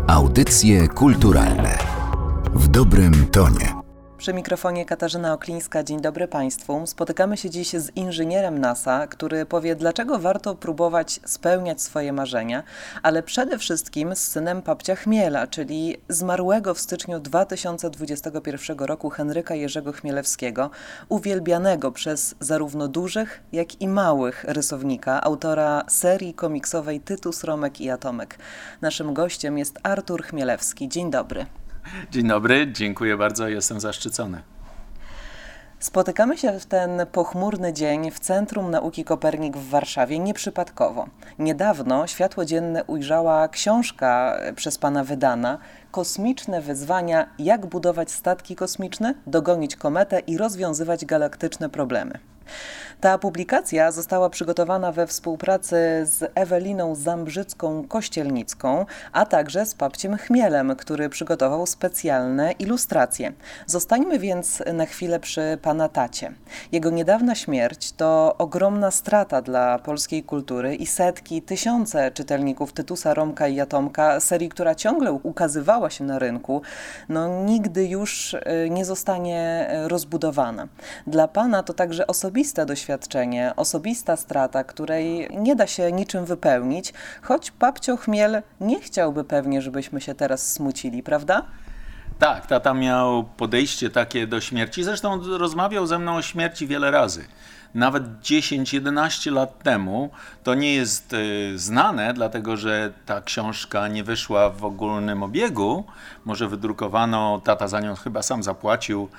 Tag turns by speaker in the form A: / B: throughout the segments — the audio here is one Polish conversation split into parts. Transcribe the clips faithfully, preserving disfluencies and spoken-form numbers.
A: Audycje kulturalne w dobrym tonie.
B: Przy mikrofonie Katarzyna Oklińska. Dzień dobry Państwu. Spotykamy się dziś z inżynierem NASA, który powie, dlaczego warto próbować spełniać swoje marzenia, ale przede wszystkim z synem Papcia Chmiela, czyli zmarłego w styczniu dwa tysiące dwudziestego pierwszego roku Henryka Jerzego Chmielewskiego, uwielbianego przez zarówno dużych, jak i małych rysownika, autora serii komiksowej Tytus, Romek i Atomek. Naszym gościem jest Artur Chmielewski. Dzień dobry.
C: Dzień dobry, dziękuję bardzo, jestem zaszczycony.
B: Spotykamy się w ten pochmurny dzień w Centrum Nauki Kopernik w Warszawie nieprzypadkowo. Niedawno światło dzienne ujrzała książka przez pana wydana Kosmiczne wyzwania, jak budować statki kosmiczne, dogonić kometę i rozwiązywać galaktyczne problemy. Ta publikacja została przygotowana we współpracy z Eweliną Zambrzycką-Kościelnicką, a także z Papciem Chmielem, który przygotował specjalne ilustracje. Zostańmy więc na chwilę przy pana tacie. Jego niedawna śmierć to ogromna strata dla polskiej kultury i setki, tysiące czytelników Tytusa, Romka i Atomka, serii, która ciągle ukazywała się na rynku, no nigdy już nie zostanie rozbudowana. Dla pana to także osobiste doświadczenie, Doświadczenie, osobista strata, której nie da się niczym wypełnić, choć Papcio Chmiel nie chciałby pewnie, żebyśmy się teraz smucili, prawda?
C: Tak, tata miał podejście takie do śmierci, zresztą rozmawiał ze mną o śmierci wiele razy. Nawet dziesięć jedenaście lat temu, to nie jest y, znane, dlatego że ta książka nie wyszła w ogólnym obiegu, może wydrukowano, tata za nią chyba sam zapłacił,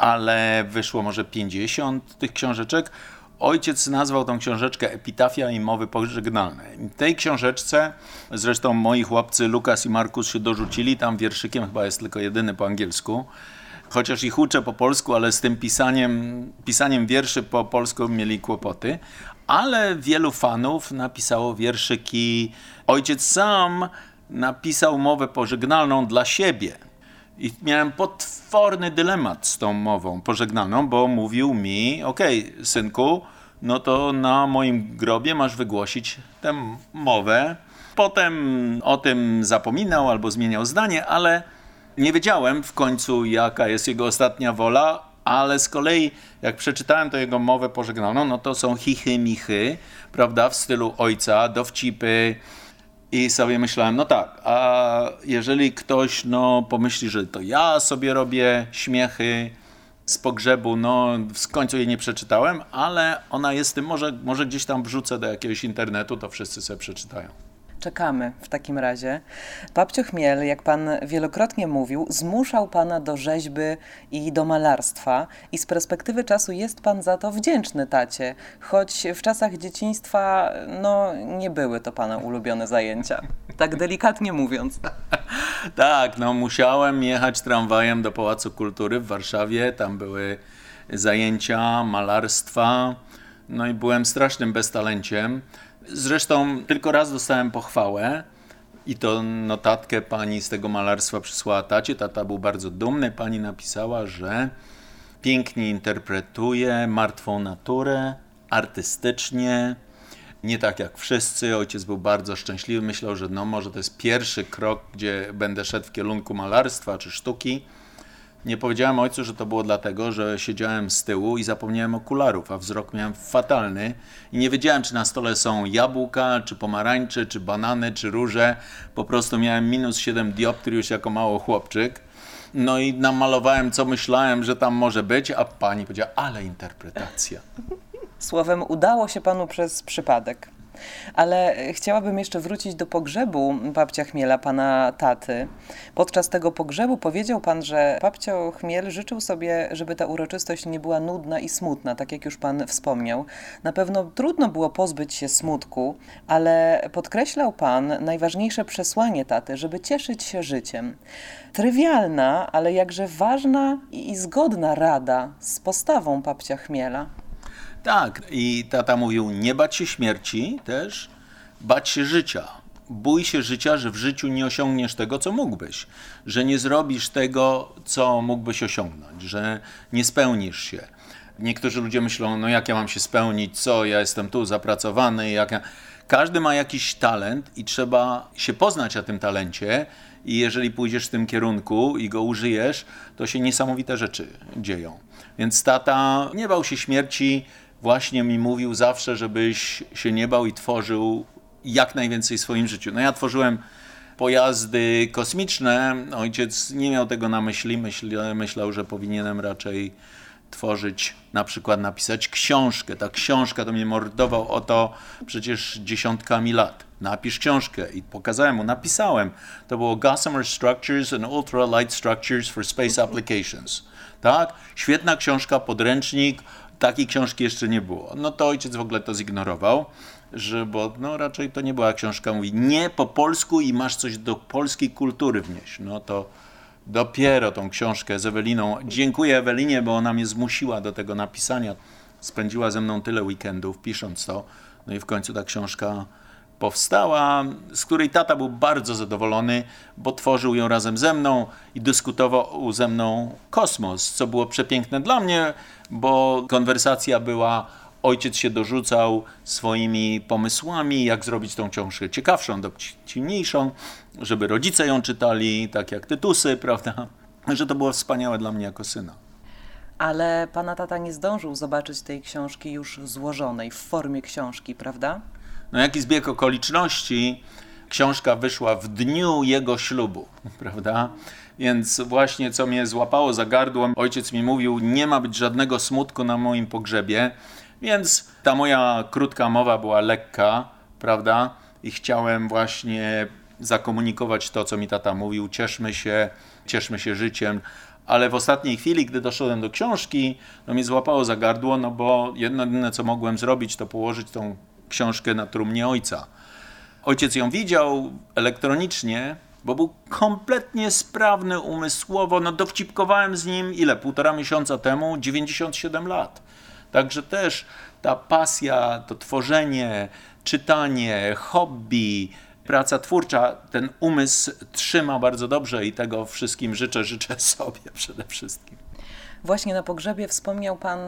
C: ale wyszło może pięćdziesiąt tych książeczek. Ojciec nazwał tą książeczkę Epitafia i mowy pożegnalne. W tej książeczce, zresztą moi chłopcy Lukas i Markus się dorzucili, tam wierszykiem chyba jest tylko jedyny po angielsku, chociaż ich uczę po polsku, ale z tym pisaniem, pisaniem wierszy po polsku mieli kłopoty, ale wielu fanów napisało wierszyki. Ojciec sam napisał mowę pożegnalną dla siebie. I miałem potworny dylemat z tą mową pożegnalną, bo mówił mi, okej, okay, synku, no to na moim grobie masz wygłosić tę mowę. Potem o tym zapominał albo zmieniał zdanie, ale nie wiedziałem w końcu, jaka jest jego ostatnia wola, ale z kolei jak przeczytałem tę jego mowę pożegnalną, no to są chichy, michy, prawda, w stylu ojca, dowcipy. I sobie myślałem, no tak, a jeżeli ktoś no, pomyśli, że to ja sobie robię śmiechy z pogrzebu, no w końcu jej nie przeczytałem, ale ona jest tym, może, może gdzieś tam wrzucę do jakiegoś internetu, to wszyscy sobie przeczytają.
B: Czekamy w takim razie. Papcio Chmiel, jak pan wielokrotnie mówił, zmuszał pana do rzeźby i do malarstwa i z perspektywy czasu jest pan za to wdzięczny tacie, choć w czasach dzieciństwa no nie były to pana ulubione zajęcia, tak delikatnie mówiąc.
C: Tak, no musiałem jechać tramwajem do Pałacu Kultury w Warszawie, tam były zajęcia malarstwa, no i byłem strasznym beztalenciem. Zresztą tylko raz dostałem pochwałę i to notatkę pani z tego malarstwa przysłała tacie. Tata był bardzo dumny. Pani napisała, że pięknie interpretuje martwą naturę, artystycznie, nie tak jak wszyscy. Ojciec był bardzo szczęśliwy. Myślał, że no może to jest pierwszy krok, gdzie będę szedł w kierunku malarstwa czy sztuki. Nie powiedziałem ojcu, że to było dlatego, że siedziałem z tyłu i zapomniałem okularów, a wzrok miałem fatalny i nie wiedziałem, czy na stole są jabłka, czy pomarańcze, czy banany, czy róże. Po prostu miałem minus siedem dioptrii już jako mały chłopczyk. No i namalowałem, co myślałem, że tam może być, a pani powiedziała, ale interpretacja.
B: Słowem, udało się panu przez przypadek. Ale chciałabym jeszcze wrócić do pogrzebu Papcia Chmiela, pana taty. Podczas tego pogrzebu powiedział pan, że Papcio Chmiel życzył sobie, żeby ta uroczystość nie była nudna i smutna, tak jak już pan wspomniał. Na pewno trudno było pozbyć się smutku, ale podkreślał pan najważniejsze przesłanie taty, żeby cieszyć się życiem. Trywialna, ale jakże ważna i zgodna rada z postawą Papcia Chmiela.
C: Tak, i tata mówił, nie bać się śmierci też, bać się życia. Bój się życia, że w życiu nie osiągniesz tego, co mógłbyś, że nie zrobisz tego, co mógłbyś osiągnąć, że nie spełnisz się. Niektórzy ludzie myślą, no jak ja mam się spełnić, co, ja jestem tu zapracowany, jak ja... Każdy ma jakiś talent i trzeba się poznać na tym talencie i jeżeli pójdziesz w tym kierunku i go użyjesz, to się niesamowite rzeczy dzieją. Więc tata nie bał się śmierci, właśnie mi mówił zawsze, żebyś się nie bał i tworzył jak najwięcej w swoim życiu. No ja tworzyłem pojazdy kosmiczne, ojciec nie miał tego na myśli, myśl, myślał, że powinienem raczej tworzyć, na przykład napisać książkę. Ta książka to mnie mordował o to przecież dziesiątkami lat. Napisz książkę i pokazałem mu, napisałem. To było Gossamer Structures and Ultralight Structures for Space Applications. Tak? Świetna książka, podręcznik, takiej książki jeszcze nie było. No to ojciec w ogóle to zignorował, że, bo no, raczej to nie była książka, mówi nie po polsku i masz coś do polskiej kultury wnieść. No to dopiero tą książkę z Eweliną. Dziękuję Ewelinie, bo ona mnie zmusiła do tego napisania. Spędziła ze mną tyle weekendów pisząc to. No i w końcu ta książka powstała, z której tata był bardzo zadowolony, bo tworzył ją razem ze mną i dyskutował ze mną kosmos, co było przepiękne dla mnie, bo konwersacja była, ojciec się dorzucał swoimi pomysłami, jak zrobić tą książkę ciekawszą, dociemniejszą, żeby rodzice ją czytali, tak jak Tytusy, prawda? Że to było wspaniałe dla mnie jako syna.
B: Ale pana tata nie zdążył zobaczyć tej książki już złożonej, w formie książki, prawda?
C: No jaki zbieg okoliczności, książka wyszła w dniu jego ślubu, prawda? Więc właśnie co mnie złapało za gardło, ojciec mi mówił, nie ma być żadnego smutku na moim pogrzebie, więc ta moja krótka mowa była lekka, prawda? I chciałem właśnie zakomunikować to, co mi tata mówił, cieszmy się, cieszmy się życiem. Ale w ostatniej chwili, gdy doszedłem do książki, no mnie złapało za gardło, no bo jedyne, co mogłem zrobić, to położyć tą książkę na trumnie ojca. Ojciec ją widział elektronicznie, bo był kompletnie sprawny umysłowo. No dowcipkowałem z nim ile? Półtora miesiąca temu, dziewięćdziesiąt siedem lat. Także też ta pasja, to tworzenie, czytanie, hobby, praca twórcza, ten umysł trzyma bardzo dobrze i tego wszystkim życzę, życzę sobie przede wszystkim.
B: Właśnie na pogrzebie wspomniał pan,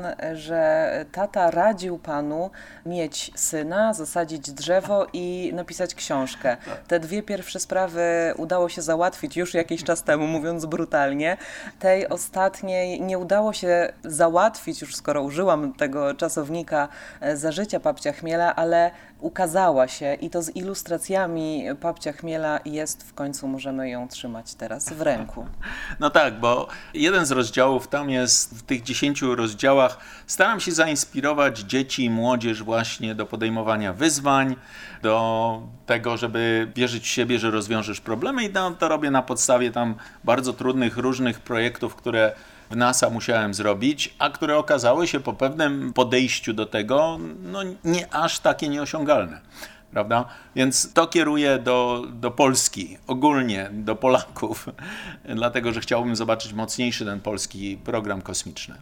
B: że tata radził panu mieć syna, zasadzić drzewo i napisać książkę. Te dwie pierwsze sprawy udało się załatwić już jakiś czas temu, mówiąc brutalnie. Tej ostatniej nie udało się załatwić, już skoro użyłam tego czasownika, za życia Papcia Chmiela, ale ukazała się i to z ilustracjami Papcia Chmiela jest, w końcu możemy ją trzymać teraz w ręku.
C: No tak, bo jeden z rozdziałów tam jest, w tych dziesięciu rozdziałach staram się zainspirować dzieci i młodzież właśnie do podejmowania wyzwań, do tego, żeby wierzyć w siebie, że rozwiążesz problemy i to, to robię na podstawie tam bardzo trudnych, różnych projektów, które w NASA musiałem zrobić, a które okazały się po pewnym podejściu do tego, no nie aż takie nieosiągalne, prawda? Więc to kieruję do, do Polski, ogólnie do Polaków, dlatego że chciałbym zobaczyć mocniejszy ten polski program kosmiczny.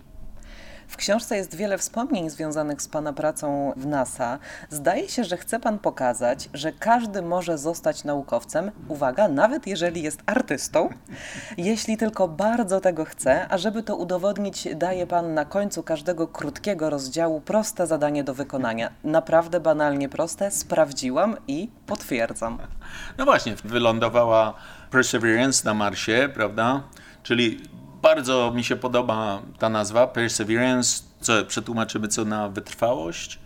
B: W książce jest wiele wspomnień związanych z pana pracą w NASA. Zdaje się, że chce pan pokazać, że każdy może zostać naukowcem, uwaga, nawet jeżeli jest artystą, jeśli tylko bardzo tego chce, a żeby to udowodnić, daje pan na końcu każdego krótkiego rozdziału proste zadanie do wykonania. Naprawdę banalnie proste, sprawdziłam i potwierdzam.
C: No właśnie, wylądowała Perseverance na Marsie, prawda? Czyli bardzo mi się podoba ta nazwa, Perseverance, co przetłumaczymy co na wytrwałość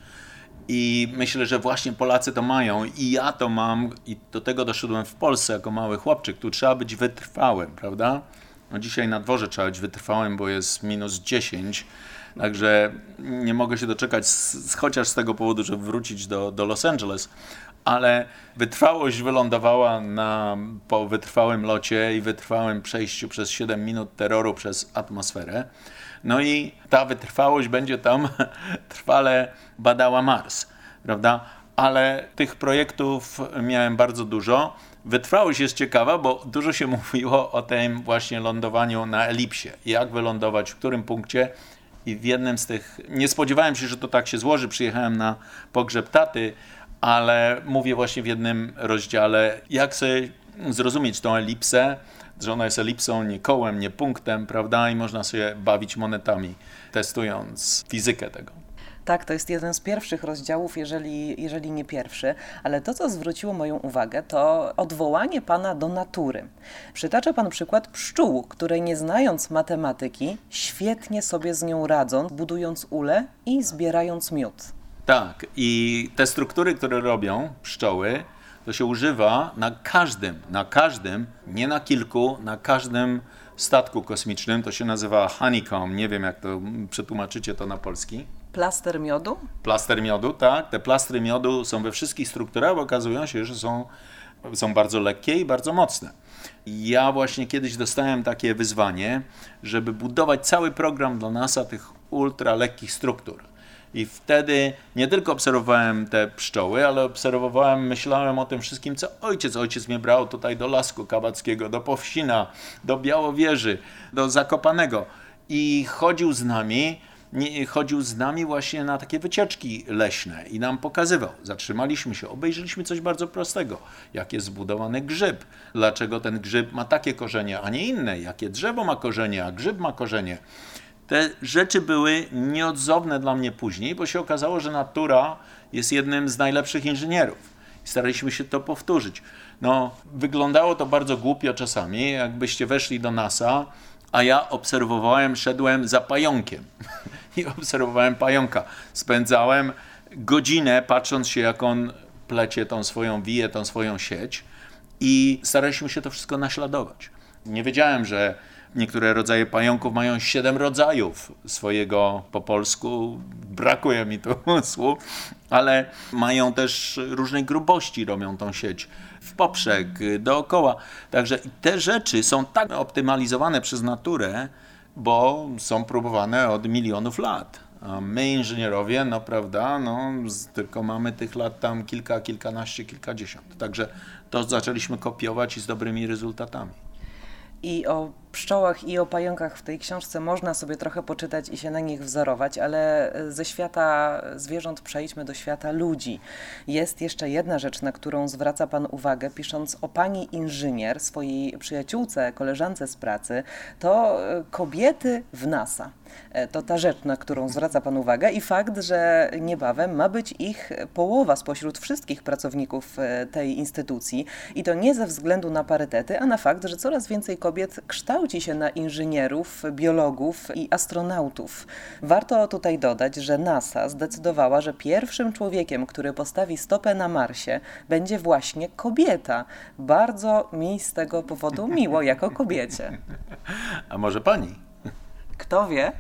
C: i myślę, że właśnie Polacy to mają i ja to mam i do tego doszedłem w Polsce jako mały chłopczyk, tu trzeba być wytrwałym, prawda? No dzisiaj na dworze trzeba być wytrwałym, bo jest minus dziesięć, także nie mogę się doczekać z, chociaż z tego powodu, żeby wrócić do, do Los Angeles, ale wytrwałość wylądowała na, po wytrwałym locie i wytrwałym przejściu przez siedem minut terroru przez atmosferę. No i ta wytrwałość będzie tam trwale badała Mars, prawda? Ale tych projektów miałem bardzo dużo. Wytrwałość jest ciekawa, bo dużo się mówiło o tym właśnie lądowaniu na elipsie. Jak wylądować, w którym punkcie. I w jednym z tych, nie spodziewałem się, że to tak się złoży, przyjechałem na pogrzeb taty, ale mówię właśnie w jednym rozdziale, jak sobie zrozumieć tą elipsę, że ona jest elipsą, nie kołem, nie punktem, prawda? I można sobie bawić monetami, testując fizykę tego.
B: Tak, to jest jeden z pierwszych rozdziałów, jeżeli, jeżeli nie pierwszy, ale to, co zwróciło moją uwagę, to odwołanie Pana do natury. Przytacza Pan przykład pszczół, które nie znając matematyki, świetnie sobie z nią radzą, budując ule i zbierając miód.
C: Tak, i te struktury, które robią pszczoły, to się używa na każdym, na każdym, nie na kilku, na każdym statku kosmicznym. To się nazywa honeycomb, nie wiem jak to przetłumaczycie to na polski.
B: Plaster miodu?
C: Plaster miodu, tak. Te plastry miodu są we wszystkich strukturach, bo okazują się, że są, są bardzo lekkie i bardzo mocne. Ja właśnie kiedyś dostałem takie wyzwanie, żeby budować cały program dla NASA tych ultra lekkich struktur. I wtedy nie tylko obserwowałem te pszczoły, ale obserwowałem, myślałem o tym wszystkim, co ojciec. Ojciec mnie brał tutaj do Lasku Kabackiego, do Powsina, do Białowieży, do Zakopanego i chodził z nami, nie, chodził z nami właśnie na takie wycieczki leśne i nam pokazywał. Zatrzymaliśmy się, obejrzeliśmy coś bardzo prostego. Jak jest zbudowany grzyb, dlaczego ten grzyb ma takie korzenie, a nie inne, jakie drzewo ma korzenie, a grzyb ma korzenie. Te rzeczy były nieodzowne dla mnie później, bo się okazało, że natura jest jednym z najlepszych inżynierów. I staraliśmy się to powtórzyć. No, wyglądało to bardzo głupio czasami, jakbyście weszli do NASA, a ja obserwowałem, szedłem za pająkiem i obserwowałem pająka. Spędzałem godzinę patrząc się, jak on plecie tą swoją wiję, tą swoją sieć i staraliśmy się to wszystko naśladować. Nie wiedziałem, że niektóre rodzaje pająków mają siedem rodzajów swojego po polsku, brakuje mi tu słów, ale mają też różnej grubości, robią tą sieć w poprzek, dookoła. Także te rzeczy są tak optymalizowane przez naturę, bo są próbowane od milionów lat. A my inżynierowie, no prawda, no tylko mamy tych lat tam kilka, kilkanaście, kilkadziesiąt. Także to zaczęliśmy kopiować i z dobrymi rezultatami.
B: I o pszczołach i o pająkach w tej książce można sobie trochę poczytać i się na nich wzorować, ale ze świata zwierząt przejdźmy do świata ludzi. Jest jeszcze jedna rzecz, na którą zwraca Pan uwagę, pisząc o pani inżynier, swojej przyjaciółce, koleżance z pracy, to kobiety w NASA. To ta rzecz, na którą zwraca Pan uwagę i fakt, że niebawem ma być ich połowa spośród wszystkich pracowników tej instytucji i to nie ze względu na parytety, a na fakt, że coraz więcej kobiet kształci się na inżynierów, biologów i astronautów. Warto tutaj dodać, że NASA zdecydowała, że pierwszym człowiekiem, który postawi stopę na Marsie, będzie właśnie kobieta. Bardzo mi z tego powodu miło jako kobiecie.
C: A może pani?
B: Kto wie?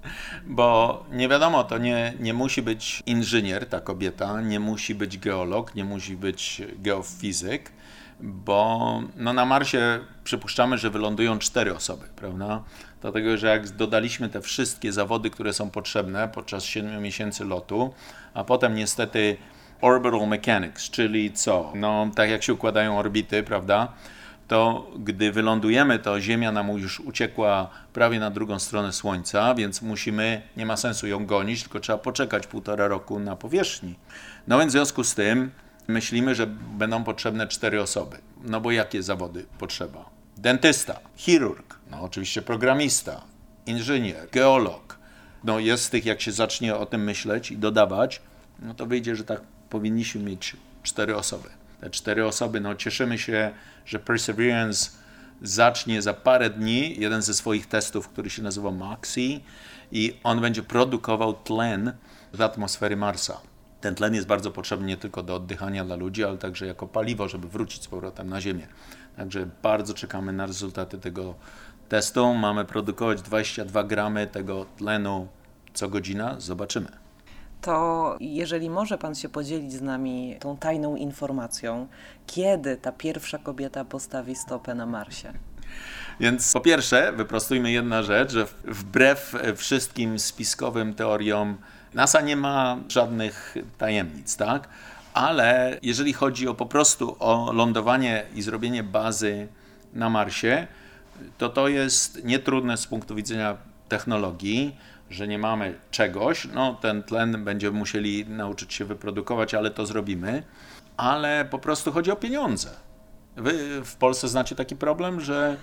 C: Bo nie wiadomo, to nie, nie musi być inżynier, ta kobieta, nie musi być geolog, nie musi być geofizyk, bo no na Marsie przypuszczamy, że wylądują cztery osoby, prawda? Dlatego, że jak dodaliśmy te wszystkie zawody, które są potrzebne podczas siedmiu miesięcy lotu, a potem niestety orbital mechanics, czyli co? No tak jak się układają orbity, prawda? To gdy wylądujemy, to Ziemia nam już uciekła prawie na drugą stronę Słońca, więc musimy, nie ma sensu ją gonić, tylko trzeba poczekać półtora roku na powierzchni. No więc w związku z tym myślimy, że będą potrzebne cztery osoby. No bo jakie zawody potrzeba? Dentysta, chirurg, no oczywiście programista, inżynier, geolog. No jest z tych, jak się zacznie o tym myśleć i dodawać, no to wyjdzie, że tak powinniśmy mieć cztery osoby. Te cztery osoby, no cieszymy się, że Perseverance zacznie za parę dni jeden ze swoich testów, który się nazywa MOXIE i on będzie produkował tlen z atmosfery Marsa. Ten tlen jest bardzo potrzebny nie tylko do oddychania dla ludzi, ale także jako paliwo, żeby wrócić z powrotem na Ziemię. Także bardzo czekamy na rezultaty tego testu. Mamy produkować dwadzieścia dwa gramy tego tlenu co godzina. Zobaczymy.
B: To jeżeli może Pan się podzielić z nami tą tajną informacją, kiedy ta pierwsza kobieta postawi stopę na Marsie?
C: Więc po pierwsze, wyprostujmy jedna rzecz, że wbrew wszystkim spiskowym teoriom NASA nie ma żadnych tajemnic, tak? Ale jeżeli chodzi o po prostu o lądowanie i zrobienie bazy na Marsie, to to jest nietrudne z punktu widzenia technologii, że nie mamy czegoś, no ten tlen będziemy musieli nauczyć się wyprodukować, ale to zrobimy, ale po prostu chodzi o pieniądze. Wy w Polsce znacie taki problem, że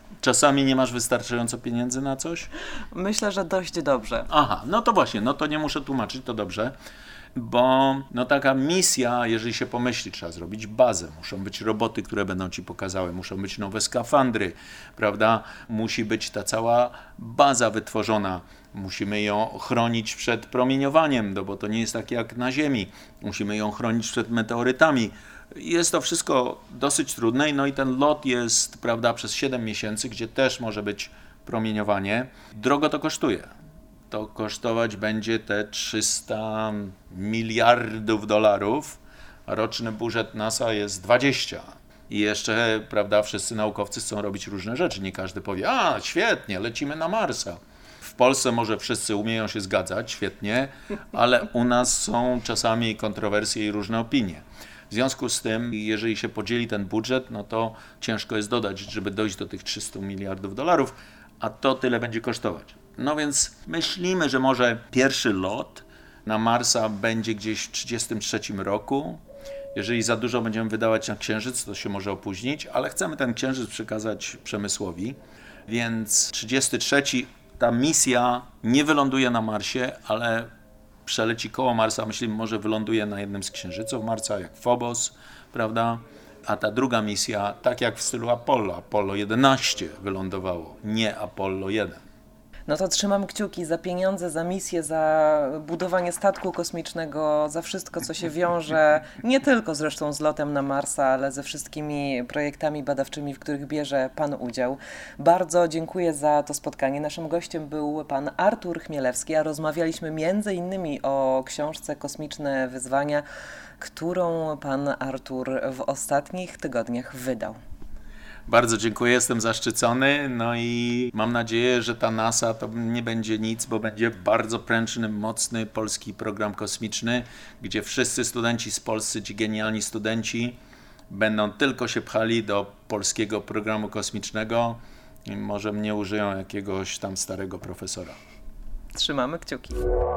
C: Czasami nie masz wystarczająco pieniędzy na coś?
B: Myślę, że dość dobrze.
C: Aha, no to właśnie, no to nie muszę tłumaczyć, to dobrze. Bo no taka misja, jeżeli się pomyśli, trzeba zrobić bazę, muszą być roboty, które będą ci pokazały, muszą być nowe skafandry, prawda? Musi być ta cała baza wytworzona, musimy ją chronić przed promieniowaniem, no bo to nie jest tak jak na Ziemi, musimy ją chronić przed meteorytami. Jest to wszystko dosyć trudne, no i ten lot jest, prawda, przez siedem miesięcy, gdzie też może być promieniowanie. Drogo to kosztuje. To kosztować będzie te trzysta miliardów dolarów, a roczny budżet NASA jest dwadzieścia. I jeszcze, prawda, wszyscy naukowcy chcą robić różne rzeczy. Nie każdy powie, a świetnie, lecimy na Marsa. W Polsce może wszyscy umieją się zgadzać, świetnie, ale u nas są czasami kontrowersje i różne opinie. W związku z tym, jeżeli się podzieli ten budżet, no to ciężko jest dodać, żeby dojść do tych trzysta miliardów dolarów, a to tyle będzie kosztować. No więc myślimy, że może pierwszy lot na Marsa będzie gdzieś w trzydziestym trzecim roku. Jeżeli za dużo będziemy wydawać na Księżyc, to się może opóźnić, ale chcemy ten Księżyc przekazać przemysłowi. Więc trzydziesty trzeci ta misja nie wyląduje na Marsie, ale przeleci koło Marsa. Myślimy, może wyląduje na jednym z księżyców Marsa, jak Phobos, prawda? A ta druga misja, tak jak w stylu Apollo, Apollo jedenaście wylądowało, nie Apollo jeden.
B: No to trzymam kciuki za pieniądze, za misję, za budowanie statku kosmicznego, za wszystko, co się wiąże, nie tylko zresztą z lotem na Marsa, ale ze wszystkimi projektami badawczymi, w których bierze Pan udział. Bardzo dziękuję za to spotkanie. Naszym gościem był Pan Artur Chmielewski, a rozmawialiśmy między innymi o książce Kosmiczne Wyzwania, którą Pan Artur w ostatnich tygodniach wydał.
C: Bardzo dziękuję, jestem zaszczycony, no i mam nadzieję, że ta NASA to nie będzie nic, bo będzie bardzo prężny, mocny polski program kosmiczny, gdzie wszyscy studenci z Polski, ci genialni studenci będą tylko się pchali do polskiego programu kosmicznego i może mnie użyją jakiegoś tam starego profesora.
B: Trzymamy kciuki.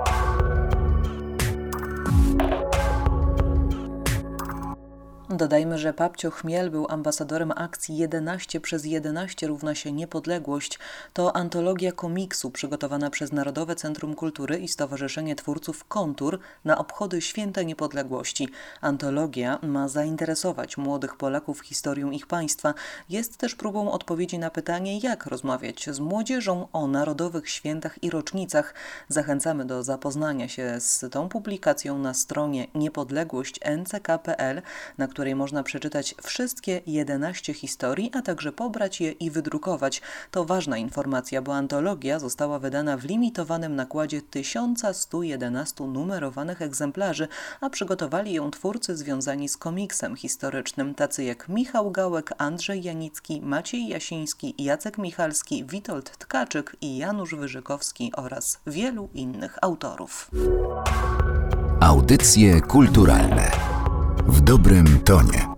B: Dodajmy, że Papcio Chmiel był ambasadorem akcji jedenaście przez jedenaście równa się niepodległość. To antologia komiksu przygotowana przez Narodowe Centrum Kultury i Stowarzyszenie Twórców Kontur na obchody Święta Niepodległości. Antologia ma zainteresować młodych Polaków historią ich państwa. Jest też próbą odpowiedzi na pytanie, jak rozmawiać z młodzieżą o narodowych świętach i rocznicach. Zachęcamy do zapoznania się z tą publikacją na stronie niepodległość kropka n c k kropka p l, na której której można przeczytać wszystkie jedenaście historii, a także pobrać je i wydrukować. To ważna informacja, bo antologia została wydana w limitowanym nakładzie tysiąc sto jedenaście numerowanych egzemplarzy, a przygotowali ją twórcy związani z komiksem historycznym, tacy jak Michał Gałek, Andrzej Janicki, Maciej Jasiński, Jacek Michalski, Witold Tkaczyk i Janusz Wyżykowski oraz wielu innych autorów.
A: Audycje kulturalne w dobrym tonie.